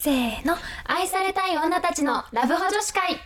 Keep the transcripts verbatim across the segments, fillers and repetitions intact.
せーの、愛されたい女たちのラブホ女子会。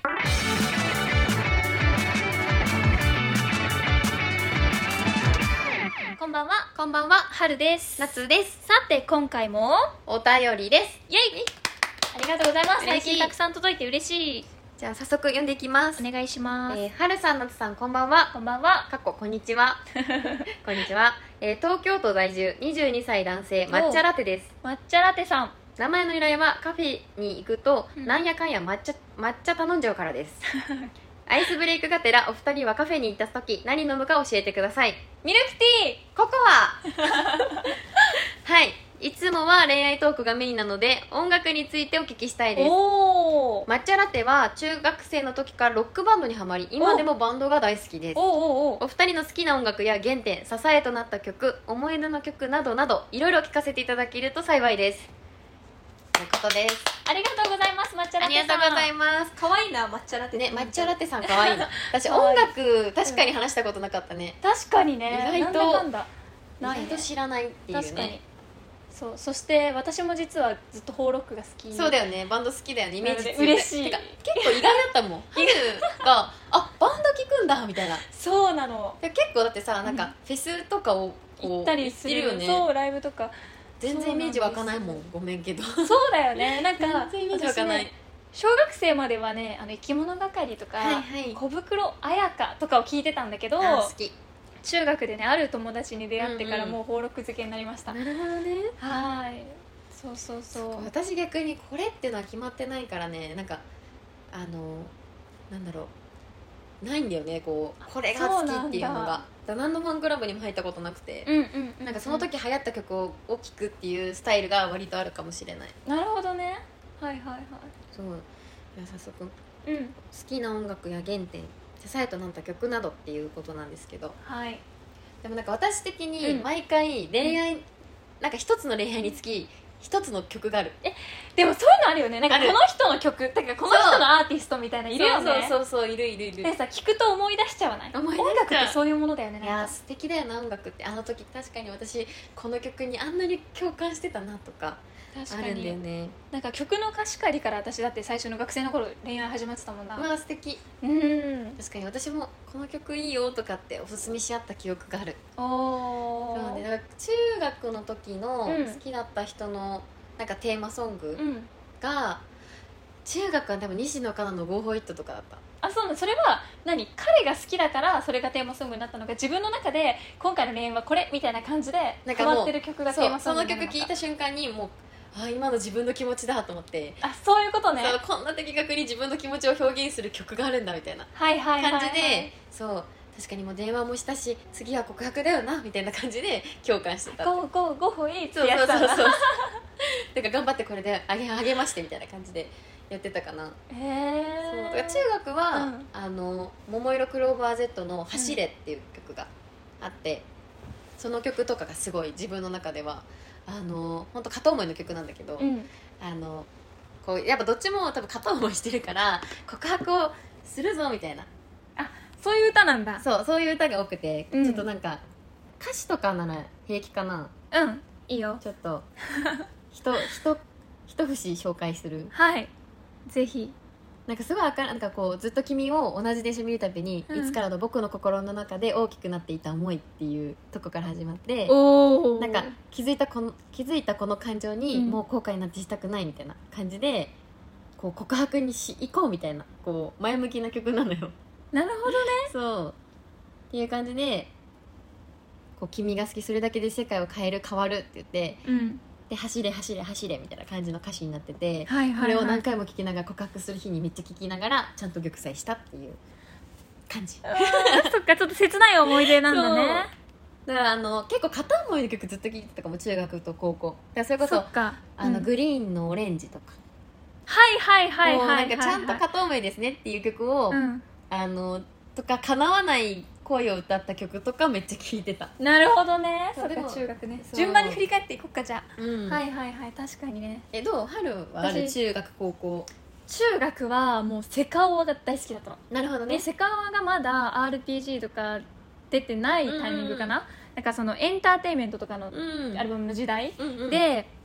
こんばんは。 こんばんは、 春です。 夏です。 さて今回もお便りです。 イエイ、ありがとうございます。最嬉しい近たくさん届いて嬉しい。 じゃあ早速読んでいきます。 お願いします。 えー、春さん、夏さん、こんばんは。 こんばんは。 かっここんにちは。こんにちは。えー、東京都在住にじゅうにさい男性、抹茶ラテです。 抹茶ラテさん。 名前の由来はカフェに行くと、 うんなんやかんや抹茶抹茶頼んじゃうからです。アイスブレイクがてらお二人はカフェに行った時何飲むか教えてください。 ミルクティココア。はい、いつもは恋愛トークがメインなので音楽についてお聞きしたいー。 です。 おー。 抹茶ラテは中学生の時からロックバンドにハマり、今でもバンドが大好きです。 おーおーおー。 お二人の好きな音楽や原点、支えとなった曲、思い出の曲などなどいろいろ聞かせていただけると幸いです、ということです。 ありがとうございます。抹茶ラあテさん。 りがとうございます可愛いな、抹茶ラテね。抹茶ラテさんかわいいな。私可愛い音楽確かに話したことなかったね、 確かにね。 意外となんだかんだないね意外と知らないっていう確かにね。 そう。そして私も実はずっとホーロックが好き。 そうだよね、バンド好きだよね、イメージついて嬉しい。 てか結構意外だったもん。春があバンド聴くんだみたいな。 そうなの。 で結構だってさ、なんかフェスとかをこう行ったりする行ってるよね。 そう、ライブとか全然イメージ湧かないもん、ごめんけど。 そうだよね。なんか全然イメージ湧かない、 私ね、小学生まではね、あの生き物係とか、 はいはい小袋彩香とかを聞いてたんだけど、 あ好き。 中学でね、ある友達に出会ってからうんうんもうホーロック漬けになりました。 なるほどね。 はい。そうそうそう。 私逆にこれっていうのは決まってないからね、なんかあのなんだろう、ないんだよね、こうこれが好きっていうのが。だから何のファンクラブにも入ったことなくて、 うんうんうん、 なんかその時流行った曲を聴くっていうスタイルが割とあるかもしれない。 なるほどね。はいはいはい。 そう。じゃあ早速、好うん。 きな音楽や原点、支えとなった曲などっていうことなんですけど、 はい。 でもなんか私的にうん毎回恋愛、なんか一つの恋愛につき一つの曲がある。 でもそういうのあるよね。なんかあるこの人の曲、だからこの人のアーティストみたいないるよね。 そうそうそうそう、いるいるいる。 でさ、聞くと思い出しちゃわない？ 思い出しちゃう音楽ってそういうものだよね。 いやー素敵だよな、音楽って。あの時確かに私この曲にあんなに共感してたなとか確かあるんだよに。 ね。 なんか曲の貸し借りから私だって最初の学生の頃恋愛始まってたもんな。 うわ素敵。 うん。 確かに私もこの曲いいよとかっておすすめし合った記憶がある。 おー。 そうね、だから中学の時のうん好きだった人のなんかテーマソングうん。 が、中学は多分西野カナの「ゴーホイット」とかだった。 あ、そうなの。それは何、彼が好きだからそれがテーマソングになったのか、自分の中で今回の恋愛はこれみたいな感じで変なんかもうわってる曲がテーマソングそう、そのになるのか。 曲聴いた瞬間にもう、あ今の自分の気持ちだと思って、 あ、そういうことね。 そうこんな的確に自分の気持ちを表現する曲があるんだみたいなはいはいはい、はい、 感じで、そう確かにもう電話もしたし次は告白だよなみたいな感じで共感してた。 ゴーゴーゴーホイってそうやつだな。 そうそうそう。だから頑張ってこれであげ励ましてみたいな感じでやってたかな。 へそうえ。 だから中学は、 うんあの桃色クローバー Z の「走れ」っていう曲があって、その曲とかがすごい自分の中ではあの本当片思いの曲なんだけど、 うんあのこうやっぱどっちも多分片思いしてるから告白をするぞみたいな、 そういう歌なんだ。 そうそういう歌が多くて、 うんちょっとなんか歌詞とかなら平気かな。 うん、いいよ。 ちょっとひとひと一節紹介する。 はい、ぜひ。 なんかすごい明るい、なんかこうずっと君を同じ電車見るたびに、 うんいつからの僕の心の中で大きくなっていた思いっていうとこから始まって、 おお。 なんか気づいたこの気づいたこの感情に、 うんもう後悔なんてしたくないみたいな感じでこう告白にし行こうみたいな、こう前向きな曲なのよ。 なるほどね。 そうっていう感じで、こう君が好き、それだけで世界を変える変わるって言って、 うん。 で走れ走れ走れみたいな感じの歌詞になってて、 はいはいはい。 これを何回も聴きながら告白する日にめっちゃ聴きながらちゃんと玉砕したっていう感じ。 あーそっか、ちょっと切ない思い出なんだね。 だからあの結構片思いの曲ずっと聴いてたかも、中学と高校。だからそれこそそっか。 あの、 うんグリーンのオレンジとか、 はいはいはいもうはいはい。 なんかちゃんと片思いですねっていう曲を、 うん。 あのとか叶わない恋を歌った曲とかめっちゃ聴いてた。 なるほどね。そっか、 そうでも中学ね。 そう順番に振り返っていこっか、じゃあ。 うんはいはいはい、確かにね。 えどう春はある？ 私中学高校。 中学はもうセカオワが大好きだったの。 なるほどね。 でセカオワがまだ アールピージー とか出てないタイミングかな、なんかそのエンターテインメントとかのうんアルバムの時代、 うんうん、 で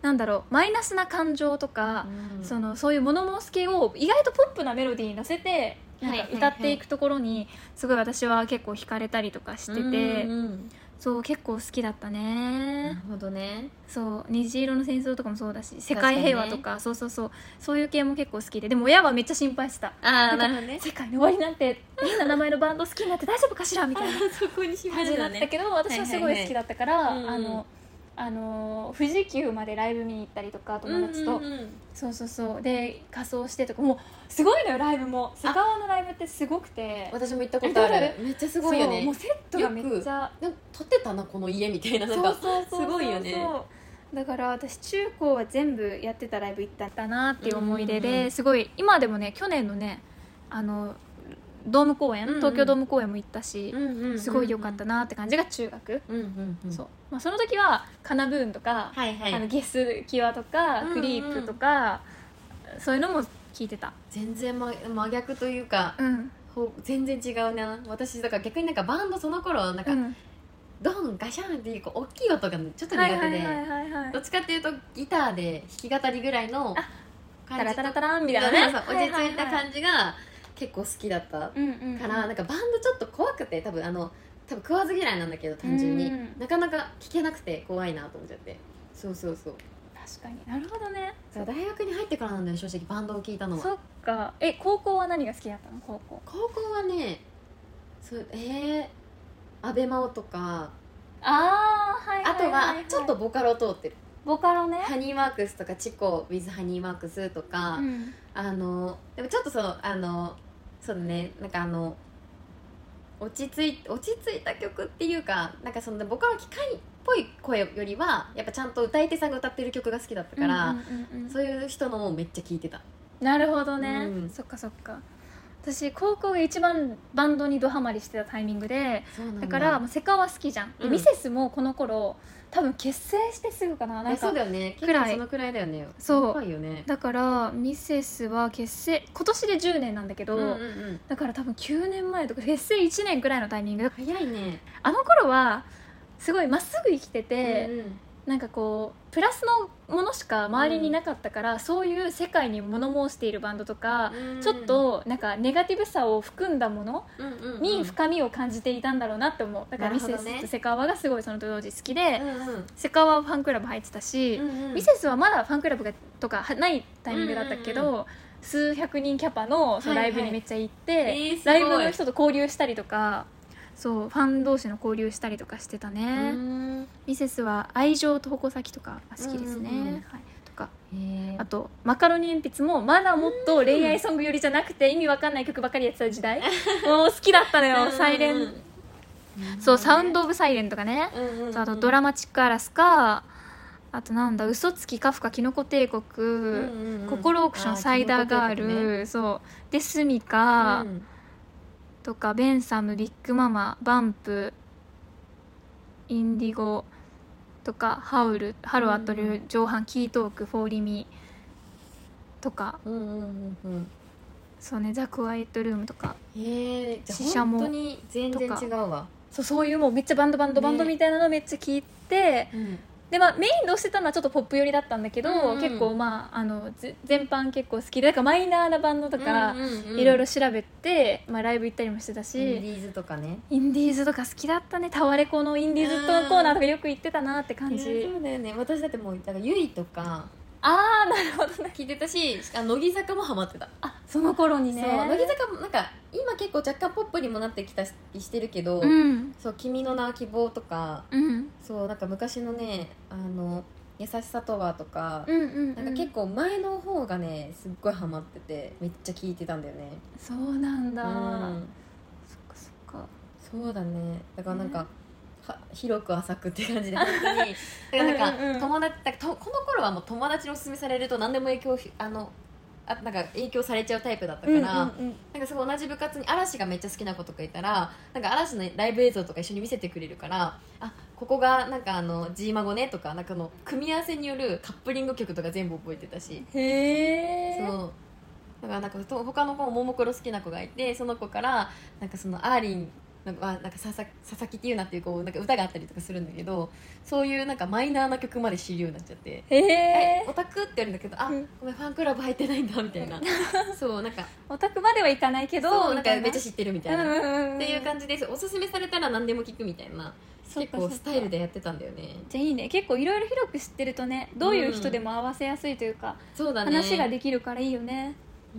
なんだろうマイナスな感情とか、 うん、 そのそういう物申す系を意外とポップなメロディーに乗せてなんか歌っていくところにすごい私は結構惹かれたりとかしてて、 うんうん、 そう結構好きだったね。 なるほどね。 そう虹色の戦争とかもそうだし世界平和とか、ね、そうそうそうそういう系も結構好きで、でも親はめっちゃ心配してた。 ああなるほどね。 世界の終わりなんて変な名前のバンド好きになって大丈夫かしらみたいなそこに心配感じだったけど、私はすごい好きだったから、 はいはいはい、 あのあの富士急までライブ見に行ったりとか友達と、 うんうんうん、 そうそうそうで仮装してとかもうすごいのよライブも。セカオワのライブってすごくて私も行ったことある。めっちゃすごいよね。 もうセットがめっちゃよく撮ってたなこの家みたいな、なんかすごいよね。 だから私中高は全部やってたライブ行ったなっていう思い出で、 うんうん、 すごい今でもね去年のねあのドーム公演、うんうん、東京ドーム公演も行ったし、うんうんうんうん、すごい良かったなって感じが中学、うんうんうん、そう、まあ、その時はカナブーンとか、はいはい、あのゲスキワとか、うんうん、クリープとかそういうのも聞いてた。 全然真、真逆というか、うん、全然違うな。私だから逆になんかバンドその頃なんか、うん、ドンガシャンっていう大きい音がちょっと苦手で、どっちかっていうとギターで弾き語りぐらいの感じ、タラタラタランみたいなね、 落ち着いた感じが結構好きだったから、うんうんうん、なんかバンドちょっと怖くて、多分あの多分食わず嫌いなんだけど単純に、うん、なかなか聴けなくて怖いなと思っちゃって。そうそうそう、 確かに。なるほどね。 大学に入ってからなんだよ正直バンドを聴いたのは。 そっか。え高校は何が好きだったの？高校高校はね、そうえー、アベマオとか、 あー、はいはいはいはい、 あとはちょっとボカロ通ってる。 ボカロね。 ハニーワークスとかチコ with ハニーワークスとか、うん、あのでもちょっとそのあのそうだね、なんかあの落ち着い落ち着いた曲っていうか、なんかそのボカロ機械っぽい声よりはやっぱちゃんと歌い手さんが歌ってる曲が好きだったから、うんうんうんうん、そういう人のもめっちゃ聴いてた。 なるほどね、うん、そっかそっか。私高校が一番バンドにドハマりしてたタイミングで、 だ, だからもうセカは好きじゃん、うん、ミセスもこの頃多分結成してすぐかな、なんかそうだよね、結構そのくらいだよね。 そうよね。 だからミセスは結成今年でじゅうねんなんだけど、うんうんうん、だから多分きゅうねんまえとか結成いちねんくらいのタイミング。 早いね。 あの頃はすごいまっすぐ生きてて、うんうん、なんかこうプラスのものしか周りになかったから、うん、そういう世界に物申しているバンドとか、うん、ちょっとなんかネガティブさを含んだものに深みを感じていたんだろうなって思う。だからミセスとセカワがすごいその当時好きで、うんうん、セカワはファンクラブ入ってたし、うんうん、ミセスはまだファンクラブがとかないタイミングだったけど、うんうんうん、数百人キャパ の, そのライブにめっちゃ行って、はいはい、えー、ライブの人と交流したりとか、そうファン同士の交流したりとかしてたね。ミセスは愛情と矛先とかが好きですね、うんうんうん、はい、とか、あとマカロニ鉛筆もまだもっと恋愛ソング寄りじゃなくて意味わかんない曲ばかりやってた時代もう好きだったのよ。サイレン、そうサウンドオブサイレンとかね、うんうんうん、あとドラマチックアラスか、あとなんだ嘘つきカフカキノコ帝国、うんうん、心オークションサイダーガール、ね、そうでスミカ、うん、とかベンサムビッグママバンプインディゴとかハウルハロアトル、うん、上半キートークフォーリミとか、うんうんうんうん、そうねザ・クワイエットルームとか、 へえ、じゃあ本当に全然違うわ。 そうそういうもうめっちゃバンドバンドバンドみたいなのめっちゃ聞いて、ね、うんでまあ、メインで押してたのはちょっとポップ寄りだったんだけど、うんうん、結構まああの全般結構好きで、なんかマイナーなバンドとかいろいろ調べて、まあ、ライブ行ったりもしてたし、 インディーズとかね、 インディーズとか好きだったね。タワレコのインディーズとコーナーとかよく行ってたなって感じ。 そうだよね。私だってもうだからユイとかあーなるほどね聞いてたし、あ乃木坂もハマってた。 あその頃にね。 そう乃木坂もなんか今結構若干ポップにもなってきたりしてるけど、うん、そう君の名希望とか、うん、そうなんか昔のねあの優しさとはとか、うんうんうん、なんか結構前の方がねすっごいハマっててめっちゃ聞いてたんだよね。 そうなんだ、うん、そっかそっか。 そうだね。だからなんか、は広く浅くって感じで本当にだからなんかうん、うん、友達だからとこの頃はもう友達におすすめされると何でも影響あのあなんか影響されちゃうタイプだったから、うんうんうん、なんかすごい同じ部活に嵐がめっちゃ好きな子とかいたらなんか嵐のライブ映像とか一緒に見せてくれるから、あここがなんかあの G マゴねとかなんかの組み合わせによるカップリング曲とか全部覚えてたし、 へーそうだからなんか他の子もももクロ好きな子がいて、その子からなんかそのアーリンなんか、あ、なんか佐々佐々木っていうなっていうこうなんか歌があったりとかするんだけど、そういうなんかマイナーな曲まで知るようになっちゃって、 へええオタクって言われるんだけど、あ、うん、ごめんファンクラブ入ってないんだみたいなそうなんかオタクまではいかないけどそうなんかめっちゃ知ってるみたいな、 うんうんうん、 っていう感じです。おすすめされたら何でも聞くみたいな結構スタイルでやってたんだよね。 じゃあいいね、結構いろいろ広く知ってるとね、どういう人でも合わせやすいというか、 うん、そうだね、 話ができるからいいよね。 うん、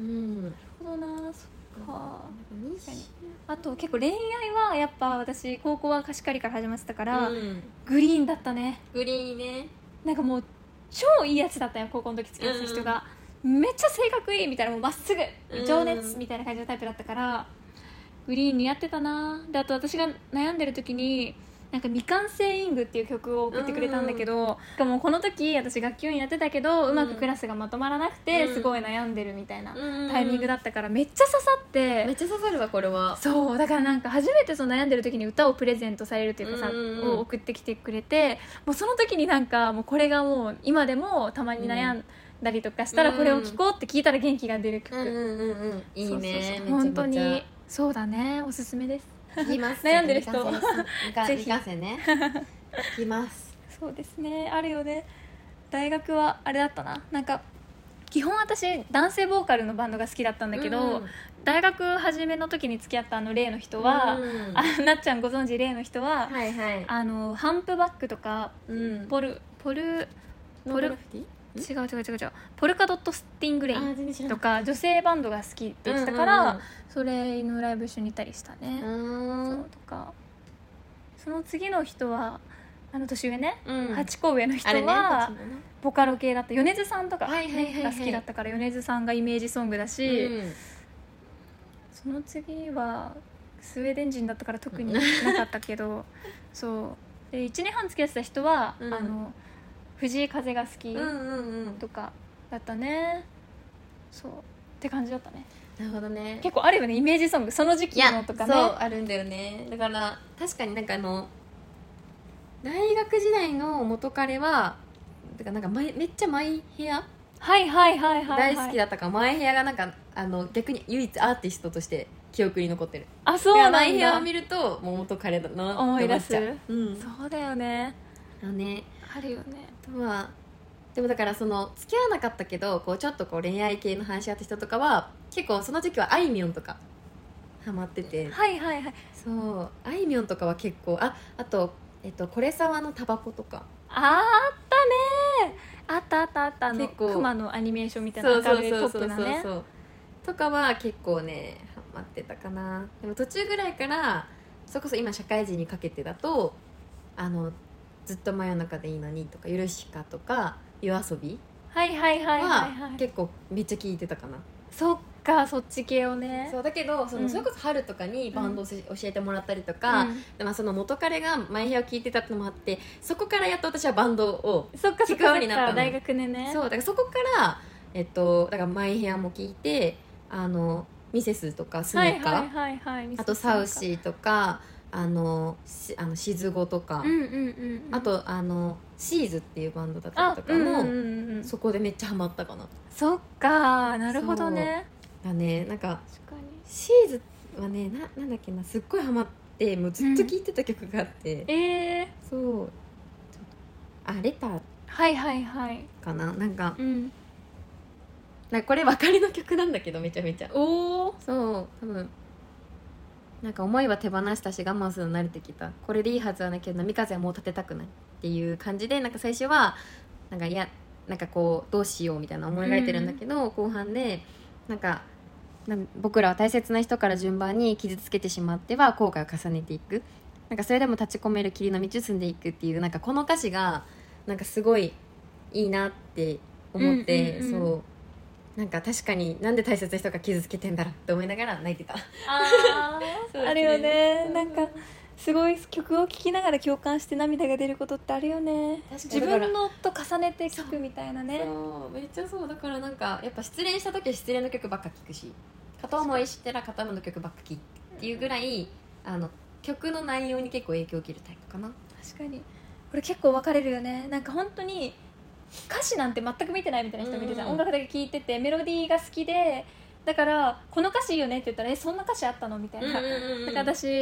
なるほどな、そっか。あと結構恋愛はやっぱ私高校は貸し借りから始まってたから、うん、グリーンだったね。 グリーンね、 なんかもう超いいやつだったよ、高校の時付き合ってた人が、うん、めっちゃ性格いいみたいな、もうまっすぐ情熱みたいな感じのタイプだったから、グリーンにやってたな。であと私が悩んでる時になんか未完成イングっていう曲を送ってくれたんだけど、うん、もうこの時私学級委員やってたけど、うん、うまくクラスがまとまらなくて、うん、すごい悩んでるみたいなタイミングだったから、めっちゃ刺さって、 めっちゃ刺さるわこれは。 そうだからなんか初めてその悩んでる時に歌をプレゼントされるというかさ、うん、を送ってきてくれて、もうその時になんかもうこれがもう今でもたまに悩んだりとかしたらこれを聴こうって聞いたら元気が出る曲。 うんうんうんうん、いいね。 そうそうそう、本当にそうだね、おすすめです。 聞きます悩んでる人ぜひ未完成ね聞きます。 そうですね、あるよね。大学はあれだったな、なんか基本私男性ボーカルのバンドが好きだったんだけど、うん、大学初めの時に付き合ったあの例の人は、うん、あなっちゃんご存知例の人は、 はいはい、 あのハンプバックとか、うん、ポルポルポル違う違う違う違うポルカドットスティングレイとか女性バンドが好きって言ってたから、うんうんうん、それのライブ一緒にいたりしたね。そうとか、その次の人はあの年上ね、うん、はちこ上の人は、ね、ボカロ系だった米津さんとか、ね、はいはいはいはい、が好きだったから米津さんがイメージソングだし、うん、その次はスウェーデン人だったから特になかったけどそうでいちねんはん付き合ってた人は、うん、あの藤井風が好きとかだったね、うんうんうん、そうって感じだったね。 なるほどね、 結構あるよねイメージソング、その時期のとかね。 そうあるんだよね。だから確かになんかあの大学時代の元彼はだからなんかめっちゃマイヘアはいはいはいはい、 大好きだったから、マイヘアがなんかあの逆に唯一アーティストとして記憶に残ってる。 あ、そうなんだ。 マイヘアを見るともう元彼だな思い出す、 うん、 そうだよね。 あね、 あるよね。 まあでもだからその付き合わなかったけどこうちょっとこう恋愛系の話し合った人とかは結構その時期はあいみょんとかハマってて、 はいはいはい、 そうあいみょんとかは結構、ああと、えっと、これさわのタバコとかあ, あったね、あったあったあった、あのクマのアニメーションみたいな明るいポップなねとかは結構ねハマってたかな。でも途中ぐらいからそれこそ今社会人にかけてだとあのずっと真夜中でいいのにとかゆるしかとか夜遊びはいはいはいはい、はい、 結構めっちゃ聴いてたかな。 そっか、そっち系をね。 そうだけどその、うん、それこそ春とかにバンドを、うん、教えてもらったりとか、うん、でまあ、その元彼がマイヘアを聴いてたってのもあって、そこからやっと私はバンドを聴くようになったの。 大学でね。 そうだからそこからえっとだからマイヘアも聴いて、あのミセスとかスニーカー、はいはいはいはい、あとサウシーとかあのしあのしずごとか、うんうんうんうん、あとあのシーズっていうバンドだったりとかも、うんうんうん、そこでめっちゃハマったかな。 そっか、なるほどね。 だね、なんかシーズはね な, なんだっけなすっごいハマってもうずっと聴いてた曲があって、 うん、えー、 そうあレターはいはいはいかな、なんか、うん、なんかこれ別れの曲なんだけどめちゃめちゃおお、 そう多分なんか思いは手放したし我慢するの慣れてきた、これでいいはずはないけど波風はもう立てたくないっていう感じで、なんか最初はなんかいやなんかこうどうしようみたいな思い描いてるんだけど、うん、後半でなんか僕らは大切な人から順番に傷つけてしまっては後悔を重ねていく、なんかそれでも立ち込める霧の道を進んでいくっていう、なんかこの歌詞がなんかすごいいいなって思って、うんうんうん、そうなんか確かになんで大切な人が傷つけてんだろうって思いながら泣いてた。 あー、ね、あるよね。なんかすごい曲を聴きながら共感して涙が出ることってあるよね。自分のと重ねて聴くみたいなね。 そうめっちゃそうだから、なんかやっぱ失恋した時は失恋の曲ばっか聴くし、片思いしたら片思いの曲ばっか聴くっていうぐらい、あの曲の内容に結構影響を受けるタイプかな。 確かにこれ結構分かれるよね。なんか本当に歌詞なんて全く見てないみたいな人もいるじゃん、うん、音楽だけ聴いててメロディーが好きでだからこの歌詞いいよねって言ったらえそんな歌詞あったのみたいな、うんうんうん、だから私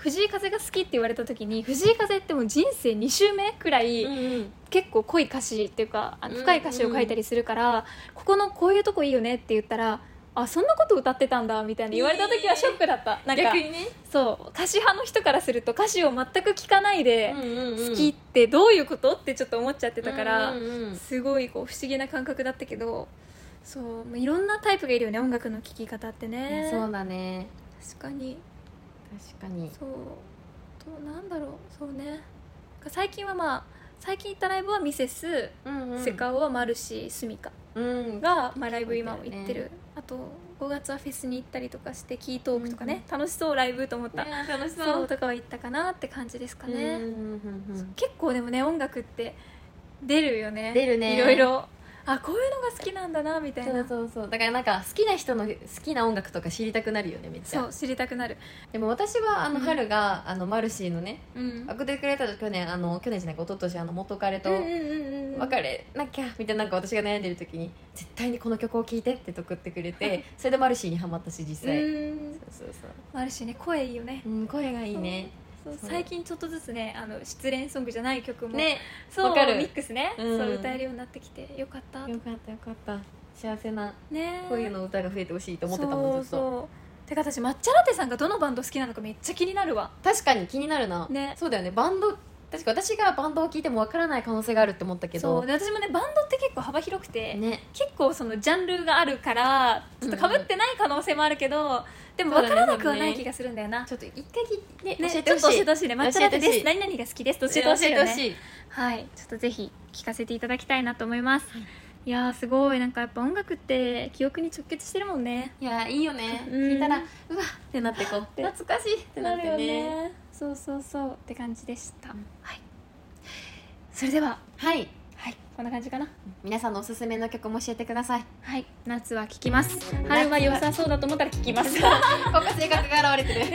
藤井風が好きって言われた時に、藤井風ってもう人生に周目くらい、 うんうん、 結構濃い歌詞っていうかあの深い歌詞を書いたりするから、うんうん、ここのこういうとこいいよねって言ったら、あそんなこと歌ってたんだみたいに言われた時はショックだった、なんか逆にね、 そう歌詞派の人からすると歌詞を全く聞かないで好きってどういうことってちょっと思っちゃってたから、うんうんうん、すごいこう不思議な感覚だったけど、そういろんなタイプがいるよね、音楽の聴き方ってね。 そうだね、 確かに確かに。 そうとなんだろう、そうね、最近はまあ最近行ったライブはミセス、うんうん、セカオはマルシー、スミカが、うんまあ、ライブ今も行ってる、ね、あとごがつはフェスに行ったりとかしてキートークとかね、うん、楽しそうライブと思った、 楽しそう、 そうとかは行ったかなって感じですかね、うんうんうんうん、結構でもね音楽って出るよね、 出るね、 いろいろ、あこういうのが好きなんだなみたいな。 そうそうそう、だからなんか好きな人の好きな音楽とか知りたくなるよね、めっちゃ。 そう知りたくなる。 でも私はあの、うん、春があのマルシーのね、 うん、 送ってくれたと去年あの去年じゃないか一昨年あの元彼と別れなきゃみたいな、なんか私が悩んでる時に絶対にこの曲を聴いてって送ってくれてそれでマルシーにハマったし実際。 うんそうそうそう、マルシーね声いいよね、 うん、声がいいね。 そう最近ちょっとずつねあの失恋ソングじゃない曲もね、 そうわかるミックスね、うん、そう歌えるようになってきてよかったよかったよかった、幸せな、 ね、 こういうの歌が増えてほしいと思ってたもんずっと。 そうそうてか私抹茶ラテさんがどのバンド好きなのかめっちゃ気になるわ。 確かに気になるな、 ね、 そうだよね、バンド確か私がバンドを聴いてもわからない可能性があるって思ったけど、 そうで私もねバンドって結構幅広くて、 ね、 結構そのジャンルがあるからちょっとかぶってない可能性もあるけど、うん、でも分からなくはない気がするんだよな、 ね、ちょっと一回ねね教えてほしい、 ちょっと教えてほしいね、抹茶ラテです何々が好きですと教えてほしいよね、 しいはいちょっとぜひ聞かせていただきたいなと思います、はい、いやーすごいなんかやっぱ音楽って記憶に直結してるもんね。 いやいいよね、聞いたらうわってなってこう懐かしいってなって ね, ねそうそうそうって感じでした、うん、はい。それでははいはいこんな感じかな。 皆さんのおすすめの曲も教えてください。 はい、夏は聴きます。春は良さそうだと思ったら聴きますここ性格が現れてる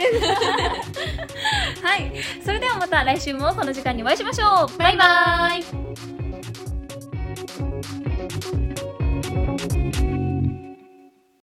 はい、それではまた来週もこの時間にお会いしましょう。バイバーイ。